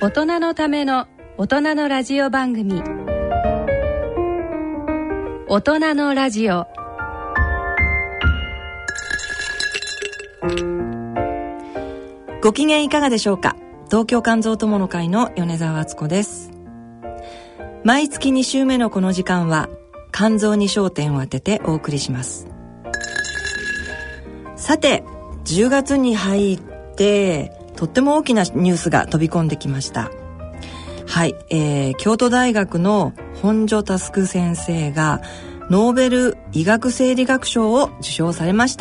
大人のための大人のラジオ番組、大人のラジオ。 ご機嫌いかがでしょうか。東京肝臓友の会の米澤敦子です。毎月2週目のこの時間は肝臓に焦点を当ててお送りします。さて、10月に入ってとっても大きなニュースが飛び込んできました。はい、京都大学の本庶佑先生がノーベル医学生理学賞を受賞されました。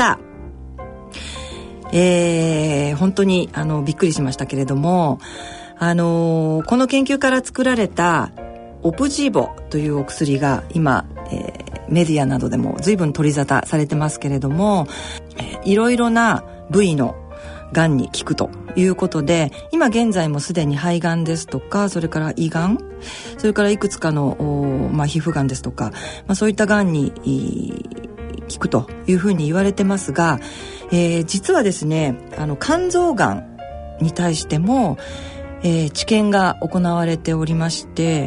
本当にびっくりしましたけれども、この研究から作られたオプジーボというお薬が今、メディアなどでも随分取り沙汰されてますけれども、いろいろな部位のがんに効くということで、今現在もすでに肺がんですとか、それから胃がん、それからいくつかの、皮膚がんですとか、そういったがんに効くというふうに言われてますが、実はですね、肝臓がんに対しても、治験が行われておりまして、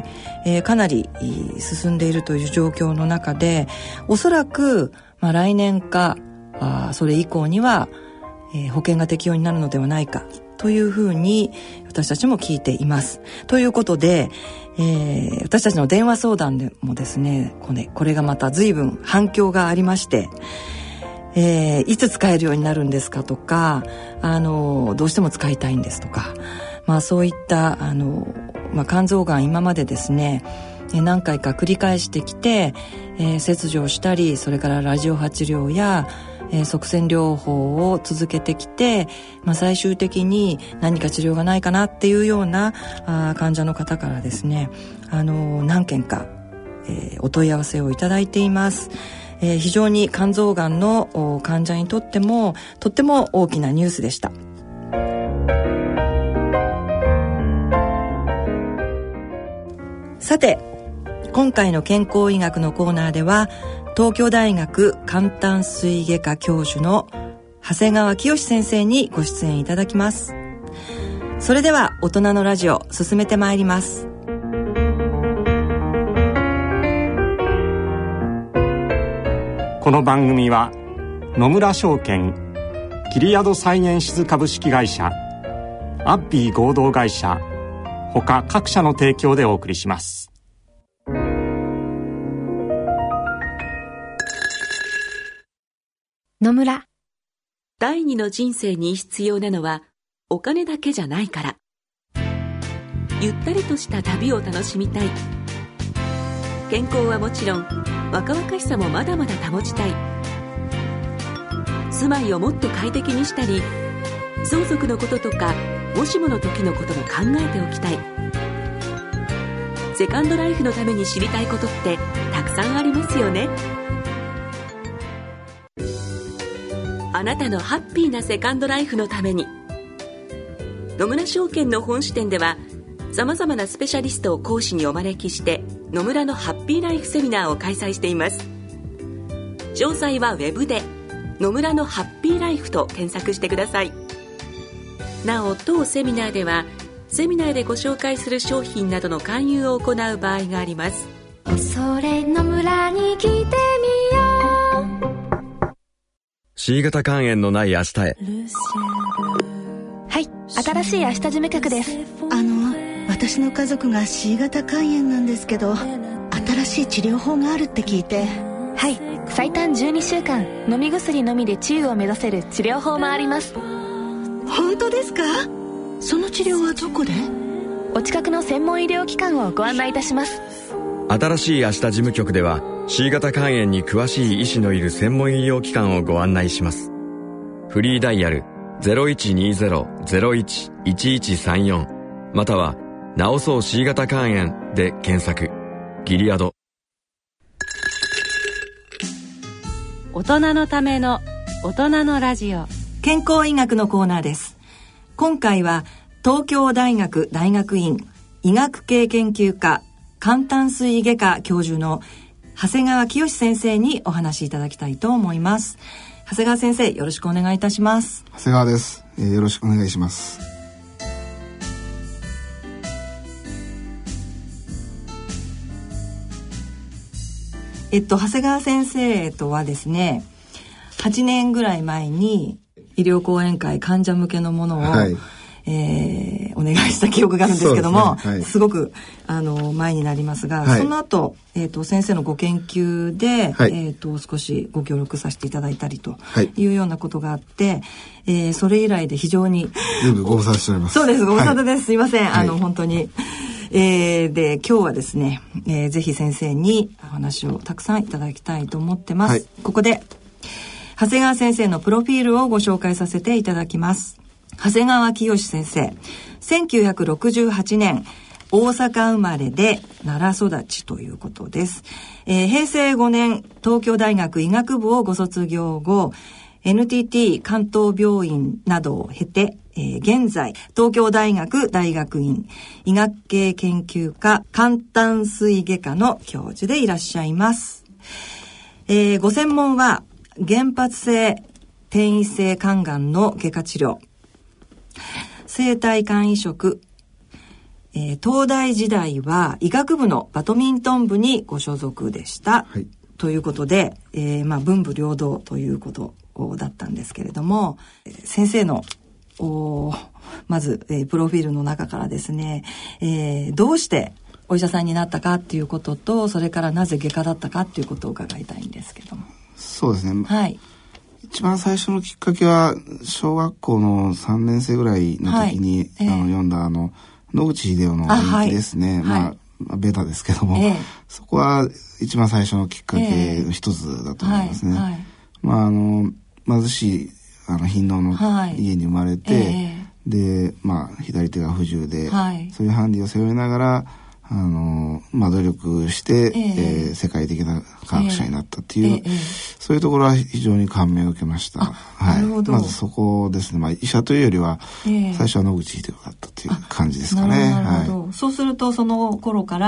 かなり進んでいるという状況の中で、おそらく、来年かそれ以降には、保険が適用になるのではないかというふうに私たちも聞いています。ということで、私たちの電話相談でもですね、これがまた随分反響がありまして、いつ使えるようになるんですかとか、どうしても使いたいんですとか、そういった肝臓がん、今までですね何回か繰り返してきて、切除をしたり、それからラジオ波治療や塞栓療法を続けてきて、最終的に何か治療がないかなっていうような患者の方からですね、何件か、お問い合わせをいただいています。非常に肝臓がんの患者にとってもとっても大きなニュースでした。さて、今回の健康医学のコーナーでは、東京大学肝胆膵外科教授の長谷川清先生にご出演いただきます。それでは大人のラジオ、進めてまいります。 この番組は野村証券、キリヤドサイエンシズ株式会社、アッビー合同会社他各社の提供でお送りします。 野村。 第二の人生に必要なのはお金だけじゃないから。ゆったりとした旅を楽しみたい。健康はもちろん、若々しさもまだまだ保ちたい。住まいをもっと快適にしたり、相続のこととかもしもの時のことも考えておきたい。セカンドライフのために知りたいことってたくさんありますよね。あなたのハッピーなセカンドライフのために、野村証券の本支店ではさまざまなスペシャリストを講師にお招きして、野村のハッピーライフセミナーを開催しています。詳細はウェブで野村のハッピーライフと検索してください。なお、当セミナーではセミナーでご紹介する商品などの勧誘を行う場合があります。 それ野村に来てみよう。 C 型肝炎のない明日へ。 はい、新しい明日事務局です。 私の家族が C 型肝炎なんですけど、新しい治療法があるって聞いて。 はい、最短12週間飲み薬のみで治癒を目指せる治療法もあります。 本当ですか？その治療はどこで？ お近くの専門医療機関をご案内いたします。 新しい明日事務局では C 型肝炎に詳しい医師のいる専門医療機関をご案内します。フリーダイヤル 0120-01-1134 または治そう C 型肝炎で検索。ギリアド。 大人のための大人のラジオ、 健康医学のコーナーです。今回は東京大学大学院医学系研究科肝胆膵外科教授の長谷川清先生にお話しいただきたいと思います。長谷川先生、よろしくお願いいたします。 長谷川です。よろしくお願いします。 長谷川先生とはですね、8年ぐらい前に医療講演会患者向けのものを、はいお願いした記憶があるんですけども、ねはい、すごく前になりますが、はい、その後、先生のご研究で、はい、少しご協力させていただいたりというようなことがあって、それ以来で非常に全部ご無沙汰しております。 そうです、ご無沙汰です、はい、すいません、本当に、で今日はですね、ぜひ先生にお話をたくさんいただきたいと思ってます、はい、ここで長谷川先生のプロフィールをご紹介させていただきます。長谷川清先生、1968年大阪生まれで奈良育ちということです。平成5年東京大学医学部をご卒業後 NTT 関東病院などを経て、現在東京大学大学院医学系研究科肝胆膵外科の教授でいらっしゃいます。ご専門は原発性転移性肝がんの外科治療、生体肝移植、東大時代は医学部のバドミントン部にご所属でした、はい、ということで、文武両道ということだったんですけれども、先生のまず、プロフィールの中からですね、どうしてお医者さんになったかっていうことと、それからなぜ外科だったかっていうことを伺いたいんですけども。 そうですね、 はい、 一番最初のきっかけは小学校の3年生ぐらいの時に、はい読んだ野口英世の日記ですね、ベタですけども、そこは一番最初のきっかけの一つだと思いますね、貧しい貧農の家に生まれて、で左手が不自由で、そういうハンディを背負いながら努力して、世界的な科学者になったっていう、そういうところは非常に感銘を受けました。はい、なるほど。まずそこですね。医者というよりは、最初は野口英世だったっていう感じですかね。 なるほど。はい、そうするとその頃から、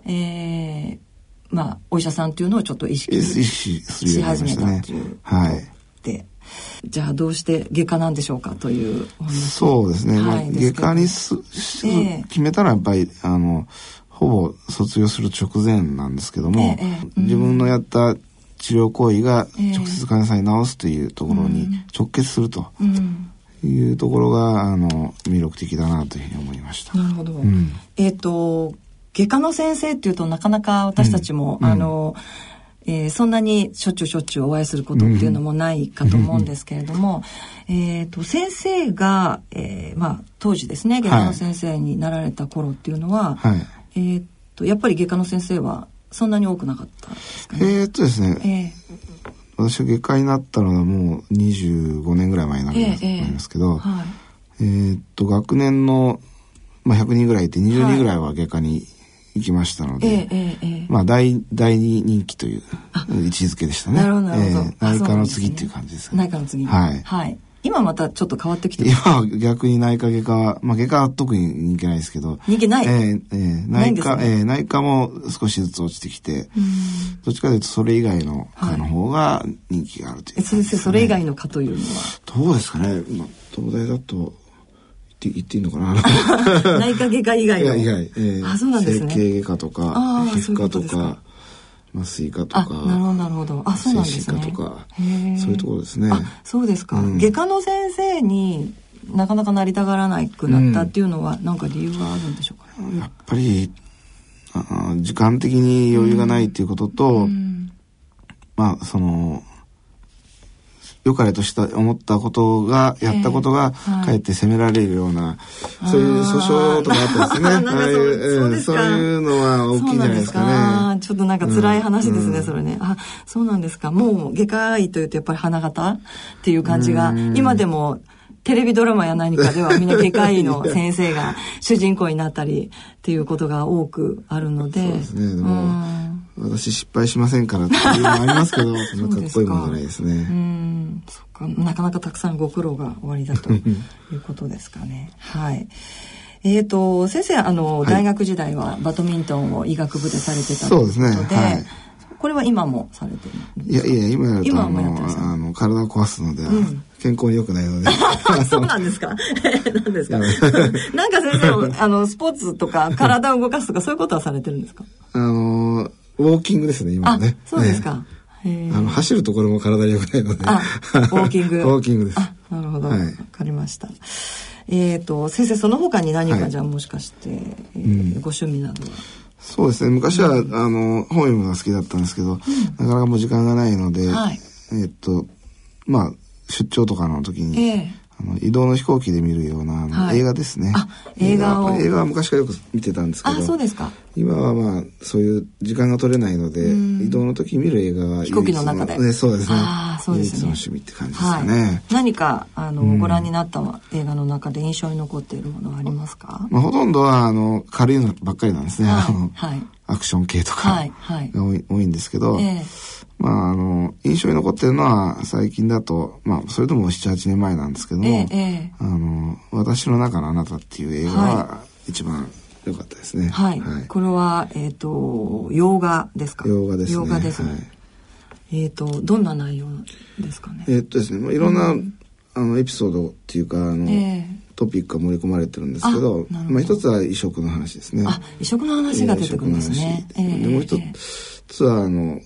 お医者さんっていうのをちょっと意識し始めたっていうことで、じゃあどうして外科なんでしょうかというお話。 そうですね、外科に決めたらやっぱりほぼ卒業する直前なんですけども、自分のやった治療行為が直接患者さんに治すというところに直結するというところが魅力的だなというふうに思いました。 なるほど、外科の先生っていうとなかなか私たちも、そんなにしょっちゅうお会いすることっていうのもないかと思うんですけれども、先生が、当時ですね外科の先生になられた頃っていうのは、やっぱり外科の先生はそんなに多くなかったですかね。 ですね、私は外科になったのがもう25年ぐらい前になるんですけど、学年の、100人ぐらいいて20人ぐらいは外科に行きましたので、第二人気という位置づけでしたね。 なるほど。 内科の次っていう感じですかね。 内科の次。はい。今またちょっと変わってきてます。 今は逆に内科外科は、外科は特に人気ないですけど。 人気ない。 内科も少しずつ落ちてきて、どっちかというとそれ以外の科の方が人気があるという、 先生、それ以外の科というのはどうですかね。東大だと言っていいのかな。 内科外科以外の。そうなんですね。 整形外科とか、皮膚科とか、麻酔科とか。 なるほど。そうなんですね。 精神科とか、そういうところですね。 そうですか。外科の先生になかなかなりたがらなくなったっていうのは何か理由があるんでしょうかね。 やっぱり時間的に余裕がないっていうことと、良かれとした思ったことがやったことがかえって責められるような、そういう訴訟とかあったんですね。そういうのは大きいんじゃないですかね。 ちょっとなんか辛い話ですね、それね。そうなんですか。もう外科医というとやっぱり花形っていう感じが、今でもテレビドラマや何かではみんな外科医の先生が主人公になったりっていうことが多くあるので。そうですね。でも私失敗しませんからっていうのもありますけど、そんなかっこいいものじゃないですね。 そっか、なかなかたくさんご苦労がおありだということですかね。はい。先生、大学時代はバドミントンを医学部でされてたということで、そうですね。はい。これは今もされてるんですか？ いや、今やると体を壊すので、健康に良くないので。 そうなんですか。何ですか。なんか先生スポーツとか体を動かすとかそういうことはされてるんですか？ ウォーキングですね今はね。 そうですか。 走るところも体に良くないので。 ウォーキング。 ウォーキングです。 なるほど。わかりました。先生その他に何かじゃあもしかして、ご趣味などは。 そうですね。昔は本読むのが好きだったんですけど、なかなかもう時間がないので、まあ出張とかの時に、移動の飛行機で見るような映画ですね。 映画は昔からよく見てたんですけど、 そうですか。 今はまあそういう時間が取れないので、移動の時に見る映画が飛行機の中で。 そうですね。 そうですね。 唯一の趣味って感じですかね。 何かご覧になった映画の中で印象に残っているものはありますか？ ほとんどは軽いのばっかりなんですね。アクション系とかが多いんですけど、まあ印象に残っているのは最近だとそれでも 7,8 年前なんですけども、私の中のあなたっていう映画は一番良かったですね。 これは洋画ですか？ 洋画ですね。 洋画ですね。どんな内容ですかね。 ですね、いろんなエピソードっていうかトピックが盛り込まれてるんですけど、一つは移植の話ですね。 移植の話が出てくるんですね。 でもう一つは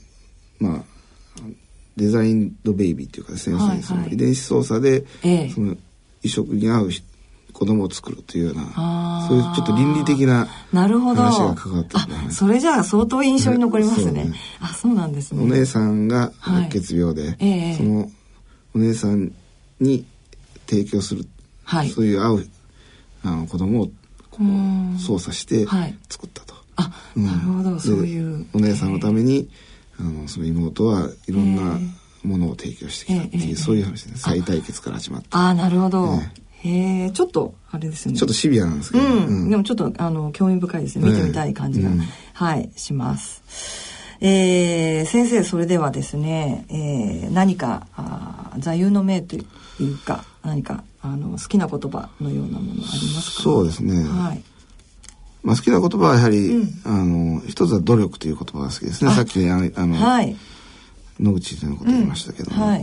デザインドベイビーっていうかですね、その遺伝子操作でその移植に合う子供を作るというような、そういうちょっと倫理的な話が関わってる、ね。 それじゃあ相当印象に残りますね。そうなんですね。 お姉さんが白血病で、そのお姉さんに提供する、そういう合う子供をこう操作して作ったと。 なるほど、そういう。 お姉さんのためにその妹はいろんなものを提供してきたっていう、そういう話ですね。再対決から始まった。 なるほど。ちょっとあれですね。 ちょっとシビアなんですけど、 でもちょっと興味深いですね。見てみたい感じが、します。先生、それではですね、何か座右の銘というか何か好きな言葉のようなものありますか？ そうですね。好きな言葉はやはり、一つは努力という言葉が好きですね。さっき野口さんのこと言いましたけども。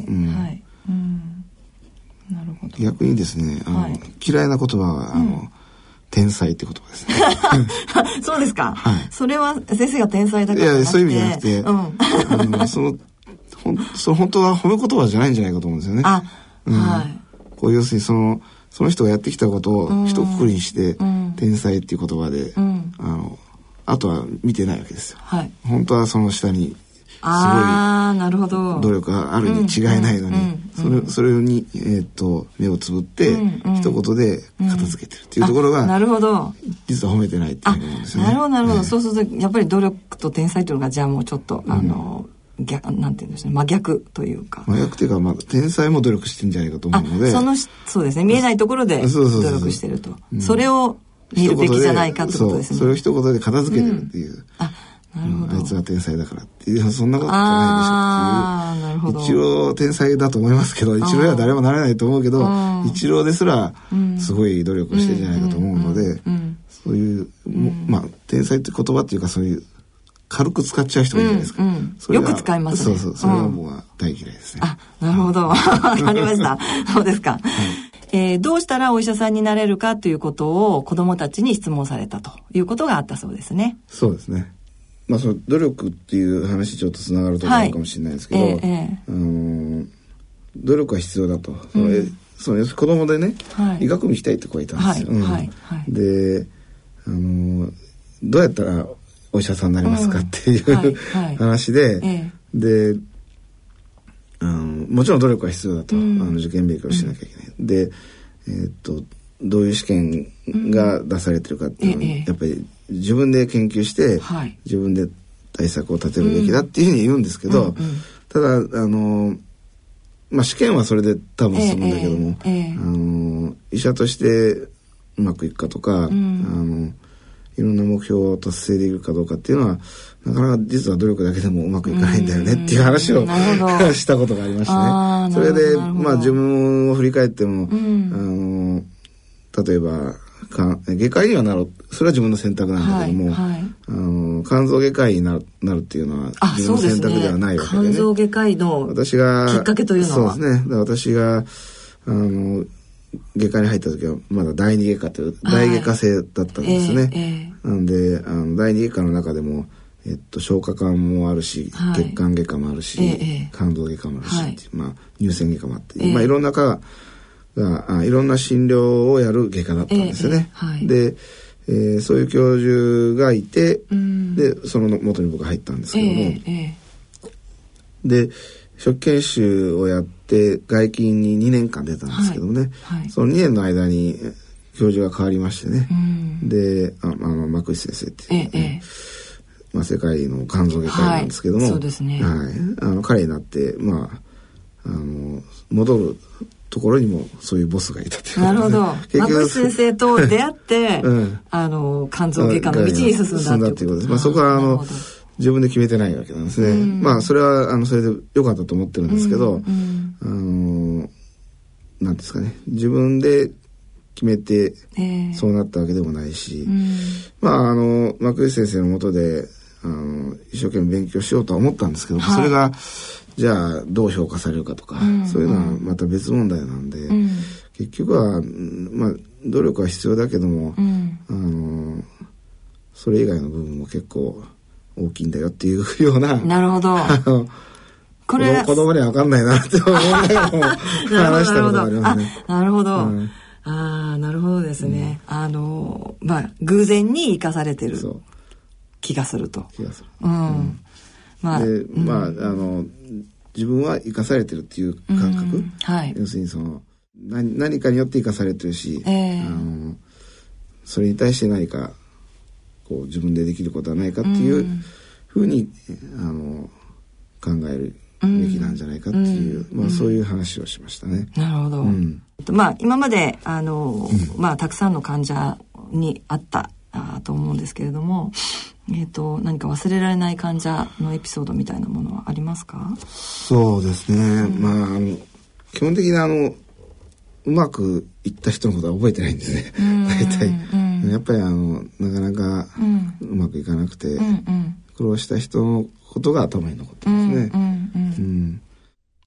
なるほど。 逆にですね、嫌いな言葉は天才って言葉ですね。 そうですか。それは先生が天才だからじゃなくて。 そういう意味じゃなくて、本当は褒め言葉じゃないんじゃないかと思うんですよね。こう要するにその人がやってきたことを一括りにして天才っていう言葉で、あとは見てないわけですよ。本当はその下にすごい努力があるに違いないのに、それに目をつぶって一言で片付けてるっていうところが、実は褒めてないっていうことですよね。 なるほどなるほど。そうするとやっぱり努力と天才というのがじゃあもうちょっと逆なんていうんですね、真逆というか。 真逆というか、天才も努力してるんじゃないかと思うので。 そうですね、見えないところで努力してると。それを見るべきじゃないかってことですね。 それを一言で片付けてるっていう。 なるほど。 あいつが天才だからっていう、そんなことじゃないでしょっていう。なるほど。一郎天才だと思いますけど、一郎は誰もなれないと思うけど、一郎ですらすごい努力をしてるんじゃないかと思うので、そういう、天才って言葉っていうか、そういう軽く使っちゃう人がいるじゃないですか。 よく使いますね。 それはもう大嫌いですね。 なるほど。わかりました。そうですか。どうしたらお医者さんになれるかということを子どもたちに質問されたということがあったそうですね。 そうですね。その努力っていう話ちょっとつながるところあるかもしれないですけど、努力は必要だと。その子供でね、医学部に行きたいって子がいたんですよ。で、どうやったらお医者さんになりますかっていう話で、で、もちろん努力は必要だと。受験勉強しなきゃいけない。で、どういう試験が出されてるかっていうのは、やっぱり自分で研究して、自分で対策を立てるべきだっていうふうに言うんですけど、ただ試験はそれで多分済むんだけども、医者としてうまくいくかとか、いろんな目標を達成できるかどうかっていうのはなかなか実は努力だけでもうまくいかないんだよねっていう話をしたことがありましたね。それで自分を振り返っても、例えば外科医にはなろう、それは自分の選択なんだけども、肝臓外科医になるっていうのは自分の選択ではないわけでね。 肝臓外科医のきっかけというのは、 そうですね。私が外科に入った時はまだ第二外科という大外科生だったんですね。なんで第二外科の中でも消化管もあるし、血管外科もあるし、肝臓外科もあるし、乳腺外科もあって、いろんな科がいろんな診療をやる外科だったんですよね。で、そういう教授がいて、でその元に僕入ったんですけども、で初期研修をやって外勤に2年間出たんですけどもね、その2年の間に教授が変わりましてね、で幕石先生っていうね、世界の肝臓外科医なんですけども、 そうですね、 彼になって戻るところにもそういうボスがいたという、 なるほど。幕石先生と出会って、肝臓外科の道に進んだっていうことです。 そこは自分で決めてないわけなんですね。それはそれで良かったと思ってるんですけど、なんですかね、自分で決めてそうなったわけでもないし、幕石先生の下で一生懸命勉強しようとは思ったんですけど、それがじゃあどう評価されるかとか、そういうのはまた別問題なんで、結局は努力は必要だけども、それ以外の部分も結構大きいんだよっていうような、 なるほど、 これ子供には分かんないなって思いながらも話したことがありますね。 なるほど、なるほどですね。偶然に生かされてる気がすると。 自分は生かされてるっていう感覚、要するに何かによって生かされてるし、それに対して何かこう自分でできることはないかっていうふうに考えるべきなんじゃないかっていう、そういう話をしましたね。 なるほど。今までたくさんの患者にあったと思うんですけれども、何か忘れられない患者のエピソードみたいなものはありますか？ そうですね。基本的にうまくいった人のことは覚えてないんですね。大体やっぱりなかなかうまくいかなくて苦労した人のことが頭に残ってますね。